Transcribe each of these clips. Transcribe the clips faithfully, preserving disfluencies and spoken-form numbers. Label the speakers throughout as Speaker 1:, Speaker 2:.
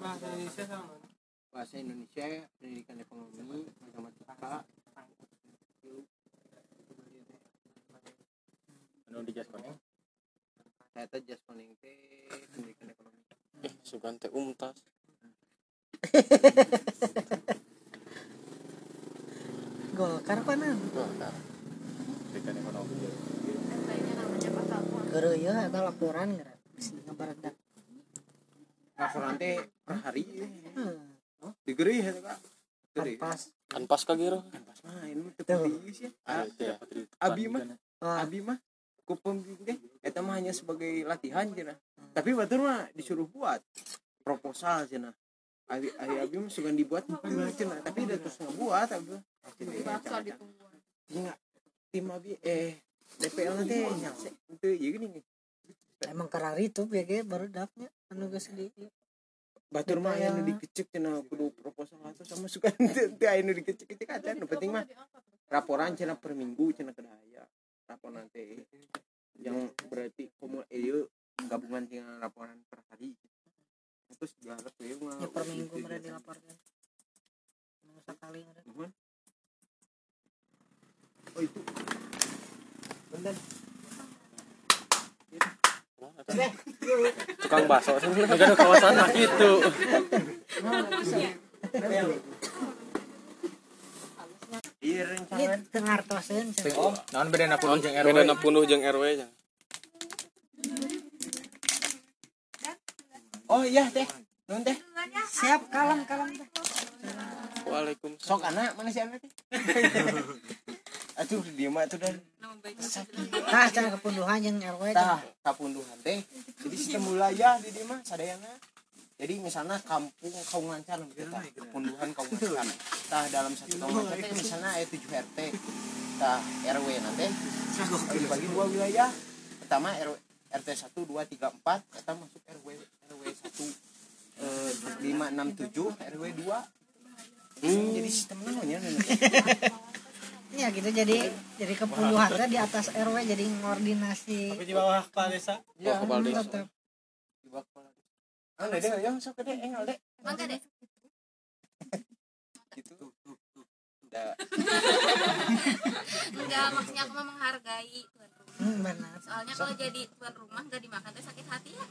Speaker 1: bahasa Indonesia sama
Speaker 2: bahasa Indonesia, pendidikan ekonomi, matematika.
Speaker 3: Anu di Jaskoning.
Speaker 2: Saya teh Jaskoning teh pendidikan ekonomi.
Speaker 3: Eh, sugan teh umtas.
Speaker 4: Golkar panan.
Speaker 3: Golkar. Pendidikan ekonomi.
Speaker 5: Kayaknya namanya Pak Kapur.
Speaker 4: Geureuh ieu eta laporan geura. Ngabarendak.
Speaker 2: Laporan teh per hari.
Speaker 4: Hmm.
Speaker 2: Oh, digeureuh eta Kak. Geureuh.
Speaker 4: Pas.
Speaker 3: Kan pas ka gero.
Speaker 2: Pas mah ini teh geus ya.
Speaker 3: Ah, teh ya.
Speaker 2: Abi mah,
Speaker 4: Wah,
Speaker 2: abi mah ku pembimbing teh eta mah hanya sebagai latihan cenah. Tapi batur mah disuruh buat proposal cenah. Abi abi abi mah sugan dibuat cenah, tapi udah terus ngebuat abi.
Speaker 5: Dibaksa ditunggu.
Speaker 2: Enggak tim abi eh D P L nanti nyakse itu ya gini
Speaker 4: emang karari itu ya ge barudaknya anu geus di
Speaker 2: batur mah aya nu dikecek cenah kudu proposal atau sama suka teu aya nu dikecek-kecek acan nu penting mah laporan cenah per minggu cenah kedaya laporan teh yang berarti komo ieu gabungan tinggal laporan per hari terus diharap we
Speaker 4: ya per minggu mereka dilaporkan anu sakali ada
Speaker 2: oh itu bentar
Speaker 3: Tukang bakso enggak ada kawasan nah gitu.
Speaker 2: iya
Speaker 4: ini
Speaker 2: rencangan
Speaker 4: tengartoseun
Speaker 3: Oh, naon bedana punduh jeung R W? Bedana punduh jeung R W nya.
Speaker 2: oh iya teh non teh
Speaker 4: siap kalem kalem teh
Speaker 3: Waalaikumsalam.
Speaker 2: sok anak mana si anak teh atuh dia mah tuh dan
Speaker 4: tah can kepunduhan jeung R W
Speaker 2: tah kapunduhan teh jadi sistem wilayah di dieu mah sadayana jadi misalnya kampung kaungancan kita kepunduhan kaungancan tah dalam satu kaungancan teh misalnya ada tujuh R T tah R W nanti dibagi dua wilayah pertama R W R T satu dua tiga empat kita masuk R W R W satu lima enam tujuh R W dua hmm. Jadi sistem namanya
Speaker 4: ya gitu jadi jadi kepunduhan teh di atas R W jadi ngordinasi
Speaker 1: tapi di bawah kepala desa
Speaker 3: Ya, kepala desa.
Speaker 4: tetep
Speaker 2: di bawah kepala desa. Ah, deh, yang sok deh, enggak deh.
Speaker 5: Mangga deh.
Speaker 2: Gitu. Udah.
Speaker 5: Enggak, maksudnya aku mah menghargai tuan rumah.
Speaker 4: hmm, benar
Speaker 5: Soalnya kalau jadi tuan rumah enggak dimakan teh sakit hati ya.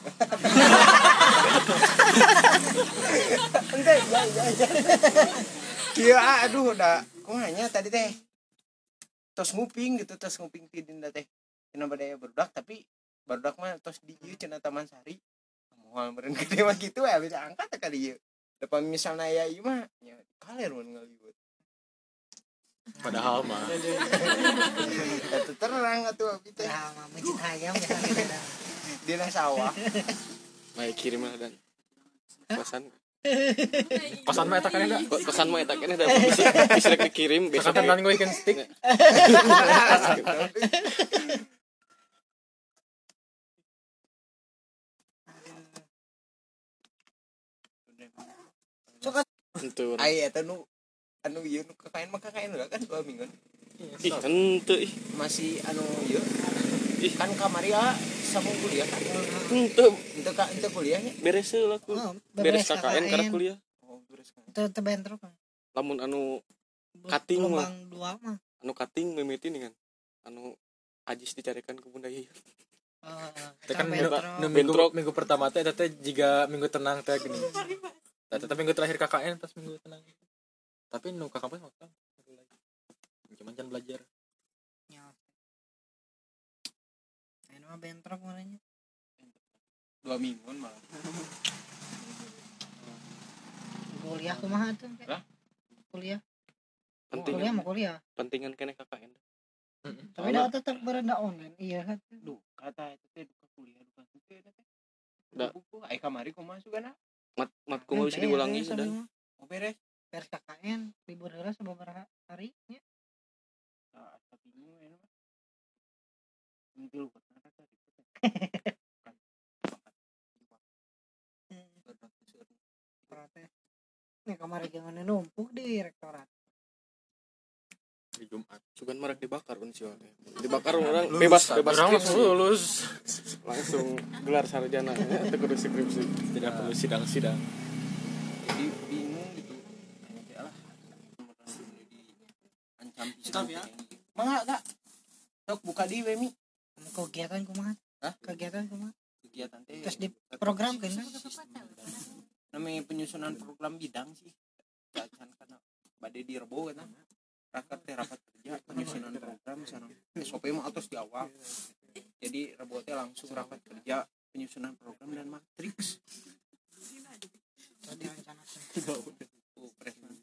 Speaker 2: Enggak, ya, ya, ya. Iya, aduh, udah. Kumanya tadi teh. Tos nguping gitu, tos nguping ti dinda teh. Cenah badaya barudak tapi barudak mah tos di ieu cenah Taman Sari. Moal meureun gede mah gitu ya bisa angkat kali ieu. Depan misalna aya ieu mah nya kaler mun ngaliwat.
Speaker 3: Padahal mah
Speaker 2: Eta terang atuh abi teh.
Speaker 4: nah mah masjid hayam biasa
Speaker 2: Dina sawah.
Speaker 3: bae kirim lah dan pesan pesan mah eta kan da pesan mah eta kan da bisa bisa dikirim besok kan nanti ikan stick Tentu.
Speaker 2: Ai eta nu anu ieu nu kakain mah kakain lah kan dua minggu.
Speaker 3: Ih, henteu ih.
Speaker 2: Masih anu ieu. Ih, kan kamari ah samung kuliah.
Speaker 3: Henteu,
Speaker 2: Itu ka itu kuliahnya.
Speaker 3: beres heula ku.
Speaker 4: oh,
Speaker 3: Beres K K N karena kuliah.
Speaker 2: Oh, beres kan.
Speaker 4: teu teu bentrok
Speaker 3: Lamun anu Cutting mah.
Speaker 4: gelombang dua mah
Speaker 3: anu cutting mimiti nih kan. Anu ajis dicarikan ke Bunda Yayun.
Speaker 4: oh,
Speaker 6: Teh kan
Speaker 4: bentrok.
Speaker 6: minggu, minggu, minggu pertama teh teh jika minggu tenang teh gini. Tapi minggu terakhir K K N pas minggu tenang. Tapi nu K K N mah kan cuman jangan belajar.
Speaker 4: Ya. Ini mah bentrok marahnya.
Speaker 2: Dua mingguan malah.
Speaker 4: Kuliah kumaha tuh?
Speaker 2: Hah?
Speaker 4: Kuliah.
Speaker 3: Penting.
Speaker 4: Kuliah mau kuliah.
Speaker 3: Pentingan kene K K N.
Speaker 4: Tapi dah tetap berenda online. Iya kan.
Speaker 2: Duh, kata itu teh duka kuliah duka teh eta teh.
Speaker 3: Da.
Speaker 2: Buku ai kamari kumaha sugana?
Speaker 3: Mat matku mau bisa diulangi dan
Speaker 2: Oh beres.
Speaker 4: Pers K K N libur heula sababaraha hari nya.
Speaker 2: Ah, asa bingung ya mah. Mungkin lupa kata tadi.
Speaker 4: Rektorat teh. Nih kamari jangan numpuk di rektorat.
Speaker 6: hari Jumat.
Speaker 3: Sugan marak dibakar kan sih orangnya. Dibakar orang bebas bebas
Speaker 6: Orang
Speaker 3: skripsi.
Speaker 6: langsung lulus.
Speaker 3: Langsung gelar sarjana ya teu kudu skripsi.
Speaker 6: Tidak perlu sidang-sidang.
Speaker 2: Jadi bingung gitu nanti lah ancam
Speaker 1: Stop ya.
Speaker 2: mangga kak sok buka di wemi
Speaker 4: kegiatan kumaha
Speaker 2: Hah?
Speaker 4: kegiatan kumaha
Speaker 2: kegiatan teh
Speaker 4: terus di program kan
Speaker 2: namanya penyusunan program bidang sih cacan karena badai di rebo kan rapat teh rapat kerja penyusunan program sana S O P mah atas di awal jadi rebo teh langsung rapat kerja penyusunan program dan matriks
Speaker 4: tadi rencana
Speaker 2: oh presman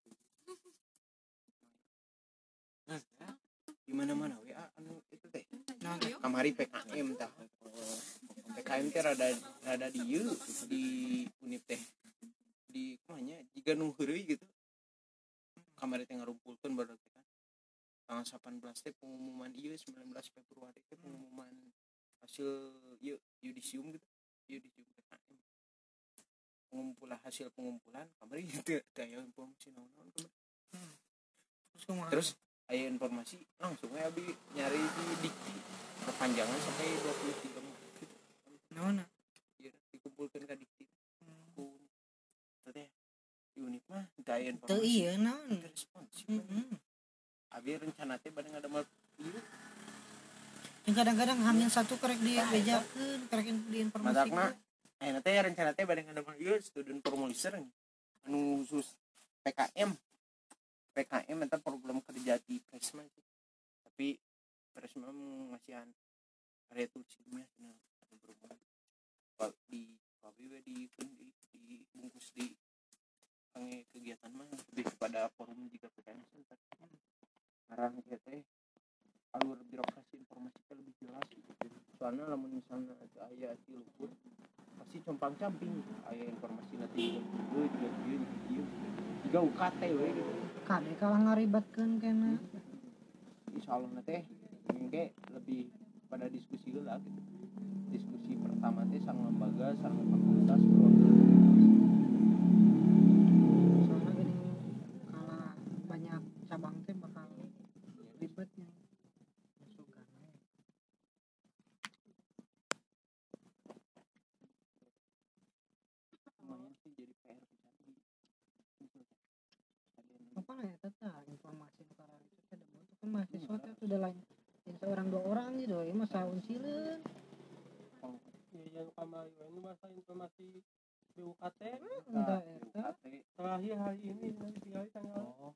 Speaker 2: di mana mana W A anu itu teh
Speaker 4: nah
Speaker 2: kamari P K M tah P K M teh rada rada di ieu di Unip teh di kumanya jiga nu heureuy gitu kamari teh ngarumpulkeun baru teh kan tanggal delapan belas teh pengumuman ieu sembilan belas Februari teh pengumuman hasil ieu yudisium gitu yudisium P K M pengumpulan hasil pengumpulan kamari teh aya informasi naon-naon kamari
Speaker 4: terus kumaha
Speaker 2: terus aya informasi langsung ya abi nyari di dikti perpanjangan sampai dua puluh tiga Maret gitu.
Speaker 4: naon
Speaker 2: Ya, dikumpulkan ke dikti ku teh di unit mah da aya informasi
Speaker 4: teu ieu naon
Speaker 2: teu responsif
Speaker 4: heeh
Speaker 2: abi rencana teh bade ngadamel ieu
Speaker 4: yang kadang-kadang hamil satu kerek dibejakeun kerek diinformasikan
Speaker 2: madakna aya teh rencana teh bade ngadamel ieu student formuliser anu khusus P K M P K M eta program kerja di Presma sih. Tapi Presma masih area tulis ilmiah cenah ada berhubungan di pabrik di di dibungkus di kange kegiatan mah lebih kepada forum juga P K M Center. Ngarang kieu teh alur birokrasi informasi teh lebih jelas gitu. Soalnya lamun misalnya aya ti luhur pasti compang-camping aya informasi nanti juga juga dia juga dia juga U K T we gitu.
Speaker 4: kade kalah ngaribatkeun kena
Speaker 2: Insyaallah teh engke lebih pada diskusi heula gitu. Diskusi pertama teh sang lembaga, sang fakultas
Speaker 4: soalnya gini kalah banyak cabang teh bakal ribetnya masukan
Speaker 2: lumayan sih jadi P R pisan di
Speaker 4: apa lah ya tata informasi negara itu tidak butuh kan mahasiswa teh sudah lain yang seorang dua orang gitu ya masa unsileun
Speaker 1: Ya yang kamari ini masa informasi B U K T
Speaker 4: entah eta
Speaker 1: terakhir hari ini nanti tinggal tanggal
Speaker 2: oh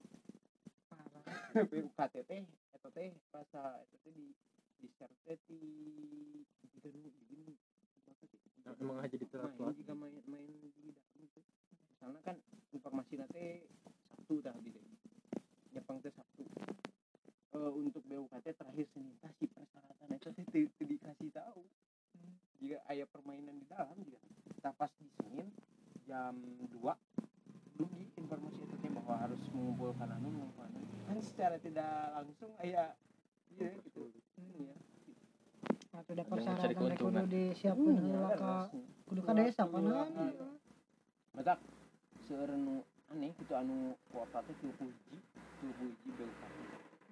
Speaker 4: parah
Speaker 2: B U K T teh eta teh pas eta teh di di share teh di juga nu gini
Speaker 6: Emang aja di
Speaker 2: main juga main main di dalam itu misalnya kan informasi nanti Sabtu dah gitu Jepang teh Sabtu uh, untuk B U K T terakhir Senin tah si persyaratan itu teh teu teu dikasih tahu jika aya permainan di dalam juga kita pas di Senin jam dua dugi informasi itu teh bahwa harus mengumpulkan anu mengumpulkan anu kan secara tidak langsung aya iya gitu hmm, ya
Speaker 4: atau ada
Speaker 6: Ada yang mencari
Speaker 4: persyaratan teh kudu
Speaker 6: keuntungan.
Speaker 4: disiapkeun heula ka kudu ka desa panaon
Speaker 2: Matak seueur nu aneh gitu anu kuota teh tilu puluh hiji tilu puluh hiji B U K T.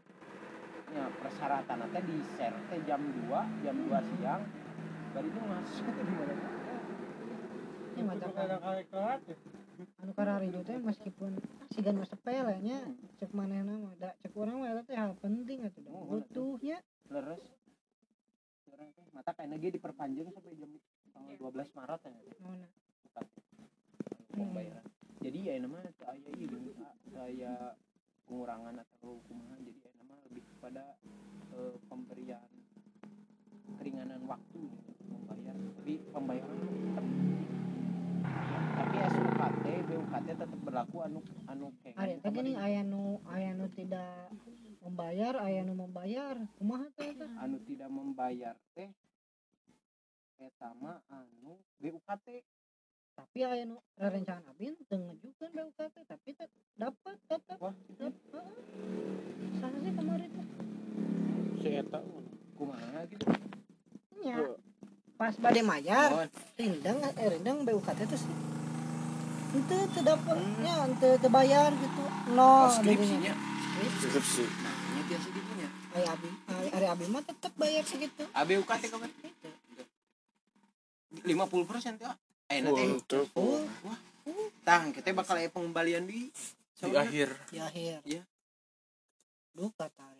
Speaker 2: Ya persyaratan teh di share teh jam dua, jam dua siang. Bari itu masuk teh di mana?
Speaker 4: ya mata
Speaker 1: ada kali kelat ya
Speaker 4: anu kararidu teh meskipun sigan mah sepele nya cek manehna mah da cek urang mah eta teh hal penting atuh da
Speaker 2: Oh,
Speaker 4: butuhnya
Speaker 2: Leres. Sekarang teh mata kayaknya dia diperpanjang sampai jam tanggal dua belas Maret ya.
Speaker 4: naon
Speaker 2: Pembayaran. Jadi ya nama aya ieu gini saya pengurangan atau kumaha jadi ya nama lebih kepada eh, pemberian keringanan waktu gitu, membayar tapi pembayaran tetap tapi S U K T B U K T tetap berlaku anu anu kayak
Speaker 4: ari teh geuning aya nu aya nu tidak membayar aya nu membayar kumaha teh eta
Speaker 2: anu tidak membayar teh eta mah anu B U K T
Speaker 4: tapi aya nu rerencana abin teu ngajukeun B U K T tapi teh dapat tetep
Speaker 2: wah itu
Speaker 4: saha sih kemarin teh
Speaker 3: Si eta
Speaker 2: kumaha gitu
Speaker 4: nya pas bade mayar
Speaker 2: mohon
Speaker 4: rindang eh rindang B U K T teh sih ente teu dapat nya ente teu bayar gitu
Speaker 2: oh,
Speaker 4: nol
Speaker 2: skripsinya
Speaker 3: skripsi
Speaker 2: nah nya biasa gitunya
Speaker 4: Ari abi Ari, Ari abi mah tetap bayar segitu.
Speaker 2: A B U K T kapan lima puluh persen tuh eh nanti
Speaker 3: untuk
Speaker 4: Oh,
Speaker 2: tah kita bakal aya pengembalian di
Speaker 6: di akhir
Speaker 4: di akhir.
Speaker 2: Iya.
Speaker 4: Duh kata